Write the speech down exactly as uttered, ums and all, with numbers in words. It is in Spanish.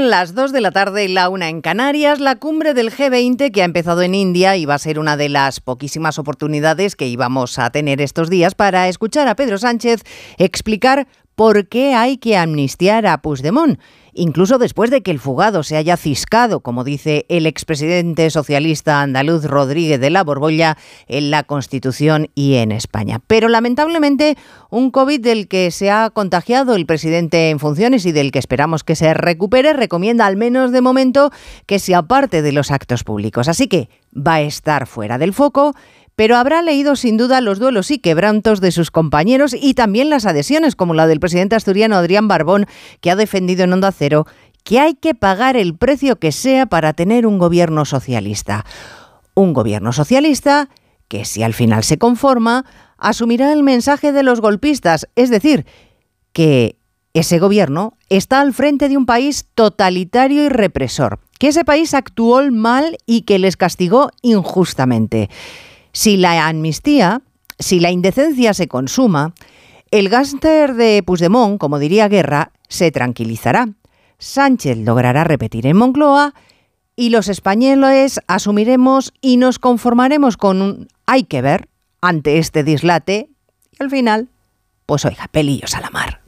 Son las dos de la tarde y la una en Canarias. La cumbre del G veinte, que ha empezado en India, y va a ser una de las poquísimas oportunidades que íbamos a tener estos días para escuchar a Pedro Sánchez explicar por qué hay que amnistiar a Puigdemont, incluso después de que el fugado se haya ciscado, como dice el expresidente socialista andaluz Rodríguez de la Borbolla, en la Constitución y en España. Pero lamentablemente un COVID del que se ha contagiado el presidente en funciones y del que esperamos que se recupere recomienda, al menos de momento, que se aparte de los actos públicos. Así que va a estar fuera del foco, pero habrá leído sin duda los duelos y quebrantos de sus compañeros y también las adhesiones, como la del presidente asturiano Adrián Barbón, que ha defendido en Onda Cero que hay que pagar el precio que sea para tener un gobierno socialista. Un gobierno socialista que, si al final se conforma, asumirá el mensaje de los golpistas, es decir, que ese gobierno está al frente de un país totalitario y represor, que ese país actuó mal y que les castigó injustamente. Si la amnistía, si la indecencia se consuma, el gángster de Puigdemont, como diría Guerra, se tranquilizará. Sánchez logrará repetir en Moncloa y los españoles asumiremos y nos conformaremos con un hay que ver ante este dislate y al final, pues oiga, pelillos a la mar.